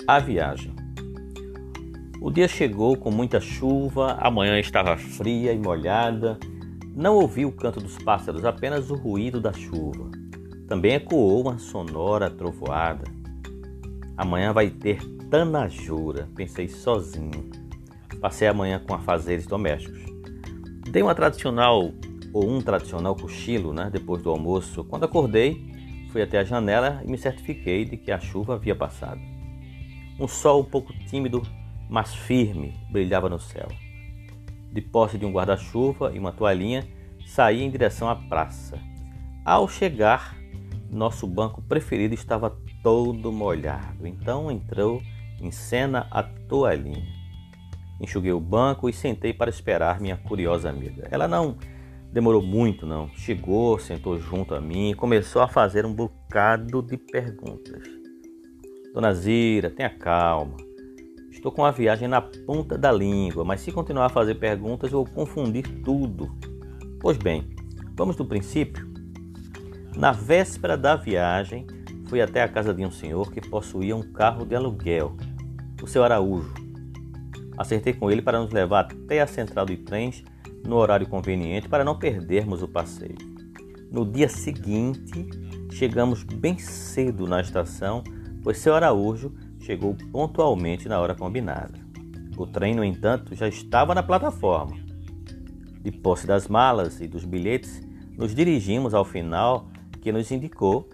A viagem. O dia chegou com muita chuva, a manhã estava fria e molhada. Não ouvi o canto dos pássaros, apenas o ruído da chuva. Também ecoou uma sonora trovoada. Amanhã vai ter tanajura, pensei sozinho. Passei a manhã com afazeres domésticos. Dei um tradicional cochilo, depois do almoço. Quando acordei, fui até a janela e me certifiquei de que a chuva havia passado. Um sol um pouco tímido, mas firme, brilhava no céu. De posse de um guarda-chuva e uma toalhinha, saí em direção à praça. Ao chegar, nosso banco preferido estava todo molhado. Então entrou em cena a toalhinha. Enxuguei o banco e sentei para esperar minha curiosa amiga. Ela não demorou muito, não. Chegou, sentou junto a mim e começou a fazer um bocado de perguntas. Dona Zira, tenha calma. Estou com a viagem na ponta da língua, mas se continuar a fazer perguntas, eu vou confundir tudo. Pois bem, vamos do princípio? Na véspera da viagem, fui até a casa de um senhor que possuía um carro de aluguel, o seu Araújo. Acertei com ele para nos levar até a central de trens no horário conveniente para não perdermos o passeio. No dia seguinte, chegamos bem cedo na estação, pois seu Araújo chegou pontualmente na hora combinada. O trem, no entanto, já estava na plataforma. De posse das malas e dos bilhetes, nos dirigimos ao fiscal, que nos indicou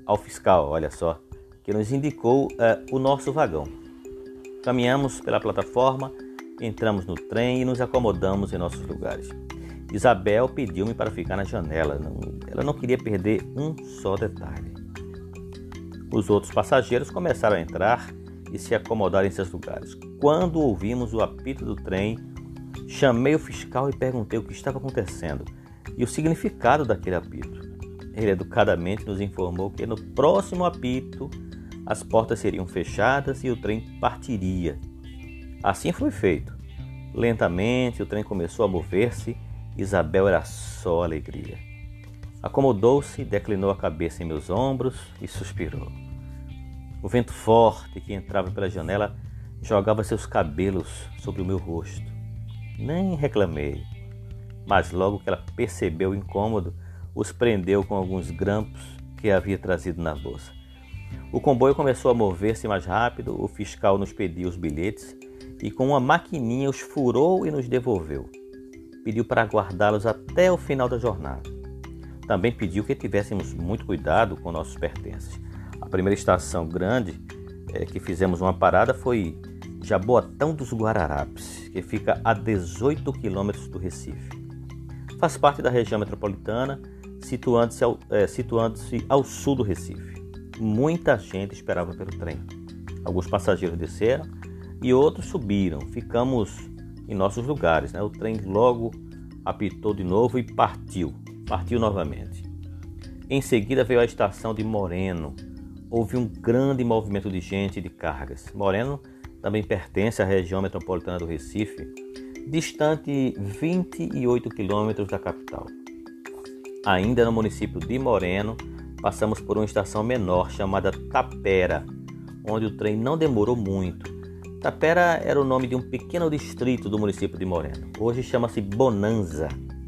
o nosso vagão. Caminhamos pela plataforma, entramos no trem e nos acomodamos em nossos lugares. Isabel pediu-me para ficar na janela. Ela não queria perder um só detalhe. Os outros passageiros começaram a entrar e se acomodar em seus lugares. Quando ouvimos o apito do trem, chamei o fiscal e perguntei o que estava acontecendo e o significado daquele apito. Ele educadamente nos informou que no próximo apito as portas seriam fechadas e o trem partiria. Assim foi feito. Lentamente o trem começou a mover-se. Isabel era só alegria. Acomodou-se, declinou a cabeça em meus ombros e suspirou. O vento forte que entrava pela janela jogava seus cabelos sobre o meu rosto. Nem reclamei, mas logo que ela percebeu o incômodo, os prendeu com alguns grampos que havia trazido na bolsa. O comboio começou a mover-se mais rápido, o fiscal nos pediu os bilhetes e com uma maquininha os furou e nos devolveu. Pediu para guardá-los até o final da jornada. Também pediu que tivéssemos muito cuidado com nossos pertences. A primeira estação grande que fizemos uma parada foi Jaboatão dos Guararapes, que fica a 18 quilômetros do Recife. Faz parte da região metropolitana, situando-se ao sul do Recife. Muita gente esperava pelo trem. Alguns passageiros desceram e outros subiram. Ficamos em nossos lugares. O trem logo apitou de novo e partiu novamente. Em seguida veio a estação de Moreno. Houve um grande movimento de gente e de cargas. Moreno também pertence à região metropolitana do Recife, distante 28 quilômetros da capital. Ainda no município de Moreno, passamos por uma estação menor chamada Tapera, onde o trem não demorou muito. Tapera era o nome de um pequeno distrito do município de Moreno. Hoje chama-se Bonanza.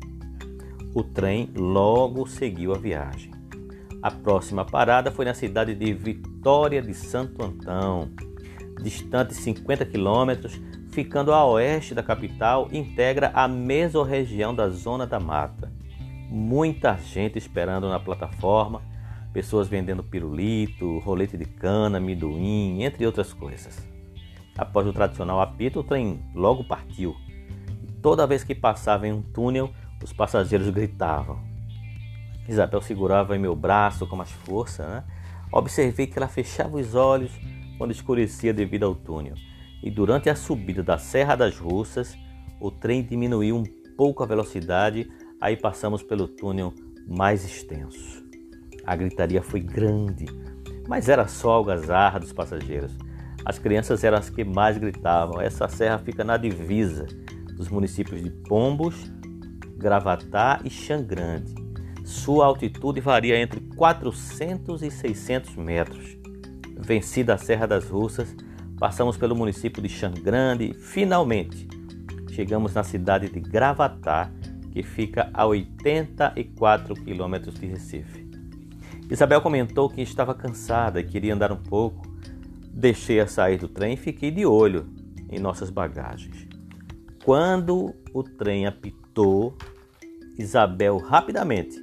O trem logo seguiu a viagem. A próxima parada foi na cidade de Vitória de Santo Antão, distante 50 quilômetros, ficando a oeste da capital, integra a mesorregião da Zona da Mata. Muita gente esperando na plataforma, pessoas vendendo pirulito, rolete de cana, amendoim, entre outras coisas. Após o tradicional apito, o trem logo partiu. Toda vez que passava em um túnel, os passageiros gritavam. Isabel segurava em meu braço com mais força. Observei que ela fechava os olhos quando escurecia devido ao túnel. E durante a subida da Serra das Russas, o trem diminuiu um pouco a velocidade, aí passamos pelo túnel mais extenso. A gritaria foi grande, mas era só a algazarra dos passageiros. As crianças eram as que mais gritavam. Essa serra fica na divisa dos municípios de Pombos, Gravatá e Xangrande. Sua altitude varia entre 400 e 600 metros. Vencida a Serra das Russas, Passamos pelo município de Xangrande e, finalmente, chegamos na cidade de Gravatá, que fica a 84 quilômetros de Recife. Isabel comentou que estava cansada e queria andar um pouco. Deixei-a sair do trem e fiquei de olho em nossas bagagens. Quando o trem apitou, Isabel rapidamente,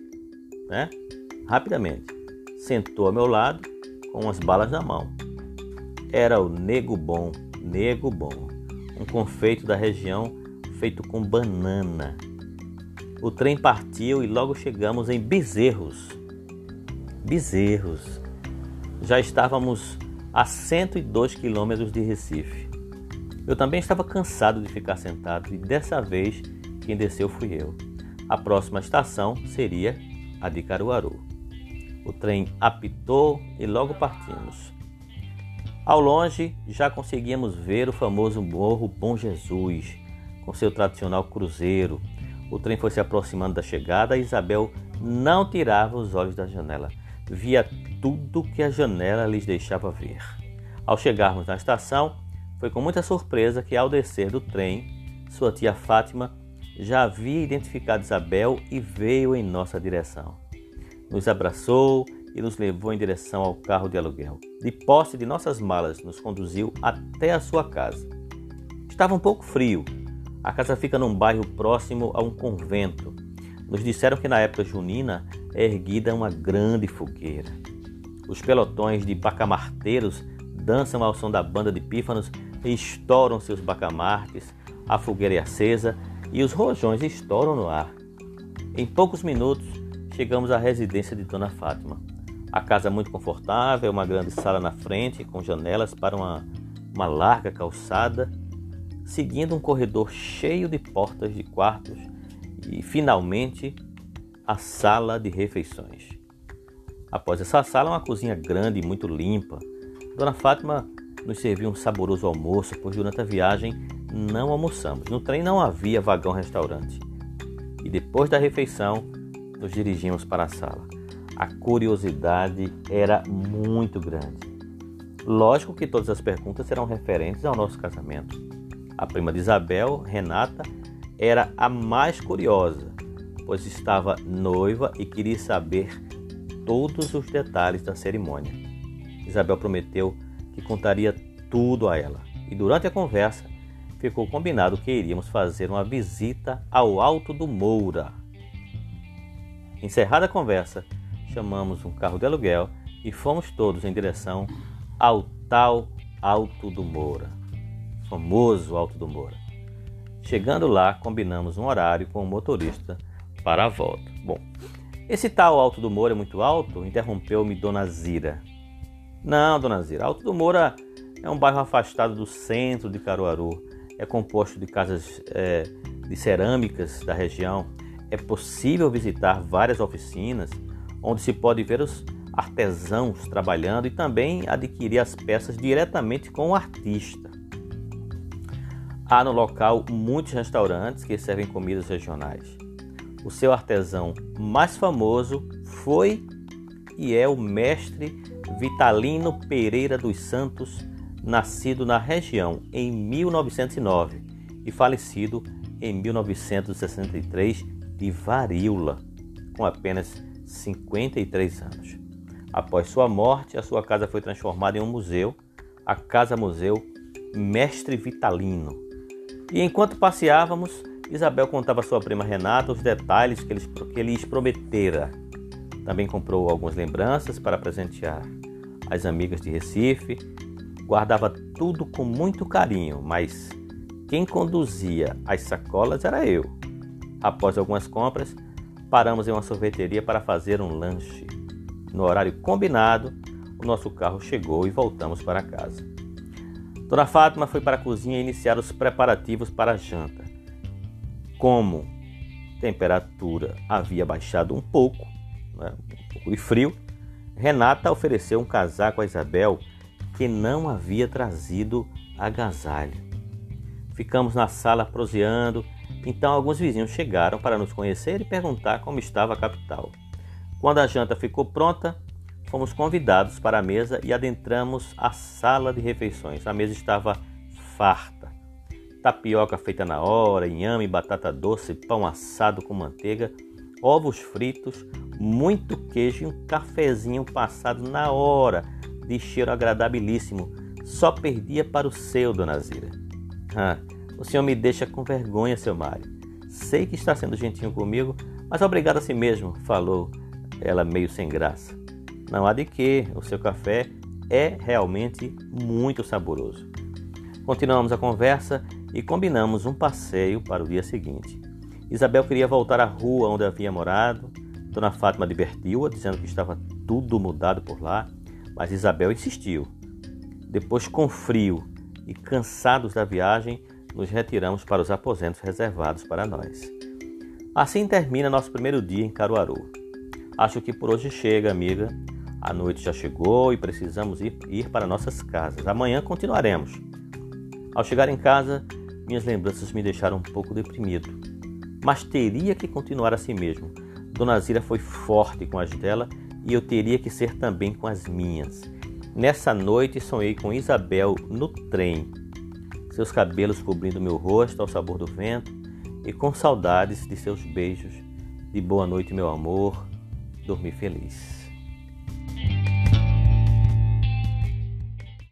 sentou ao meu lado com as balas na mão. Era o Nego Bom, um confeito da região feito com banana. O trem partiu e logo chegamos em Bezerros. Já estávamos a 102 quilômetros de Recife. Eu também estava cansado de ficar sentado e dessa vez quem desceu fui eu. A próxima estação seria a de Caruaru. O trem apitou e logo partimos. Ao longe já conseguíamos ver o famoso Morro Bom Jesus, com seu tradicional cruzeiro. O trem foi se aproximando da chegada e Isabel não tirava os olhos da janela. Via tudo que a janela lhes deixava ver. Ao chegarmos na estação, foi com muita surpresa que ao descer do trem, sua tia Fátima já havia identificado Isabel e veio em nossa direção. Nos abraçou e nos levou em direção ao carro de aluguel. De posse de nossas malas, nos conduziu até a sua casa. Estava um pouco frio. A casa fica num bairro próximo a um convento. Nos disseram que na época junina é erguida uma grande fogueira. Os pelotões de bacamarteiros dançam ao som da banda de pífanos e estouram seus bacamartes, a fogueira é acesa e os rojões estouram no ar. Em poucos minutos, chegamos à residência de Dona Fátima. A casa é muito confortável, uma grande sala na frente, com janelas para uma larga calçada, seguindo um corredor cheio de portas de quartos e, finalmente, a sala de refeições. Após essa sala, uma cozinha grande e muito limpa. Dona Fátima nos serviu um saboroso almoço, pois durante a viagem não almoçamos. No trem não havia vagão-restaurante. E depois da refeição, nos dirigimos para a sala. A curiosidade era muito grande. Lógico que todas as perguntas serão referentes ao nosso casamento. A prima de Isabel, Renata, era a mais curiosa, pois estava noiva e queria saber todos os detalhes da cerimônia. Isabel prometeu que contaria tudo a ela. E durante a conversa, ficou combinado que iríamos fazer uma visita ao Alto do Moura. Encerrada a conversa, chamamos um carro de aluguel e fomos todos em direção ao tal Alto do Moura, famoso Alto do Moura. Chegando lá, combinamos um horário com o motorista para a volta. Bom, esse tal Alto do Moura é muito alto? Interrompeu-me Dona Zira. Não, Dona Zira, Alto do Moura é um bairro afastado do centro de Caruaru. É composto de casas de cerâmicas da região. É possível visitar várias oficinas, onde se pode ver os artesãos trabalhando e também adquirir as peças diretamente com o artista. Há no local muitos restaurantes que servem comidas regionais. O seu artesão mais famoso foi e é o mestre Vitalino Pereira dos Santos, nascido na região em 1909 e falecido em 1963 de varíola, com apenas 53 anos. Após sua morte, a sua casa foi transformada em um museu, a Casa-Museu Mestre Vitalino. E enquanto passeávamos, Isabel contava à sua prima Renata os detalhes que ele lhes prometera. Também comprou algumas lembranças para presentear as amigas de Recife. Guardava tudo com muito carinho, mas quem conduzia as sacolas era eu. Após algumas compras, paramos em uma sorveteria para fazer um lanche. No horário combinado, o nosso carro chegou e voltamos para casa. Dona Fátima foi para a cozinha iniciar os preparativos para a janta. Como a temperatura havia baixado um pouco de frio, Renata ofereceu um casaco a Isabel que não havia trazido agasalho. Ficamos na sala proseando, então alguns vizinhos chegaram para nos conhecer e perguntar como estava a capital. Quando a janta ficou pronta, fomos convidados para a mesa e adentramos a sala de refeições. A mesa estava farta. Tapioca feita na hora, inhame, batata doce, pão assado com manteiga, ovos fritos, muito queijo e um cafezinho passado na hora, de cheiro agradabilíssimo. Só perdia para o seu, dona Zira. O senhor me deixa com vergonha, seu Mário. Sei que está sendo gentil comigo, mas obrigado a si mesmo, falou ela meio sem graça. Não há de quê, o seu café é realmente muito saboroso. Continuamos a conversa e combinamos um passeio para o dia seguinte. Isabel queria voltar à rua onde havia morado. Dona Fátima divertiu-a, dizendo que estava tudo mudado por lá, mas Isabel insistiu. Depois, com frio e cansados da viagem, nos retiramos para os aposentos reservados para nós. Assim termina nosso primeiro dia em Caruaru. Acho que por hoje chega, amiga. A noite já chegou e precisamos ir para nossas casas. Amanhã continuaremos. Ao chegar em casa, minhas lembranças me deixaram um pouco deprimido. Mas teria que continuar assim mesmo. Dona Zira foi forte com as dela e eu teria que ser também com as minhas. Nessa noite sonhei com Isabel no trem, seus cabelos cobrindo meu rosto ao sabor do vento e com saudades de seus beijos. De boa noite, meu amor, dormi feliz.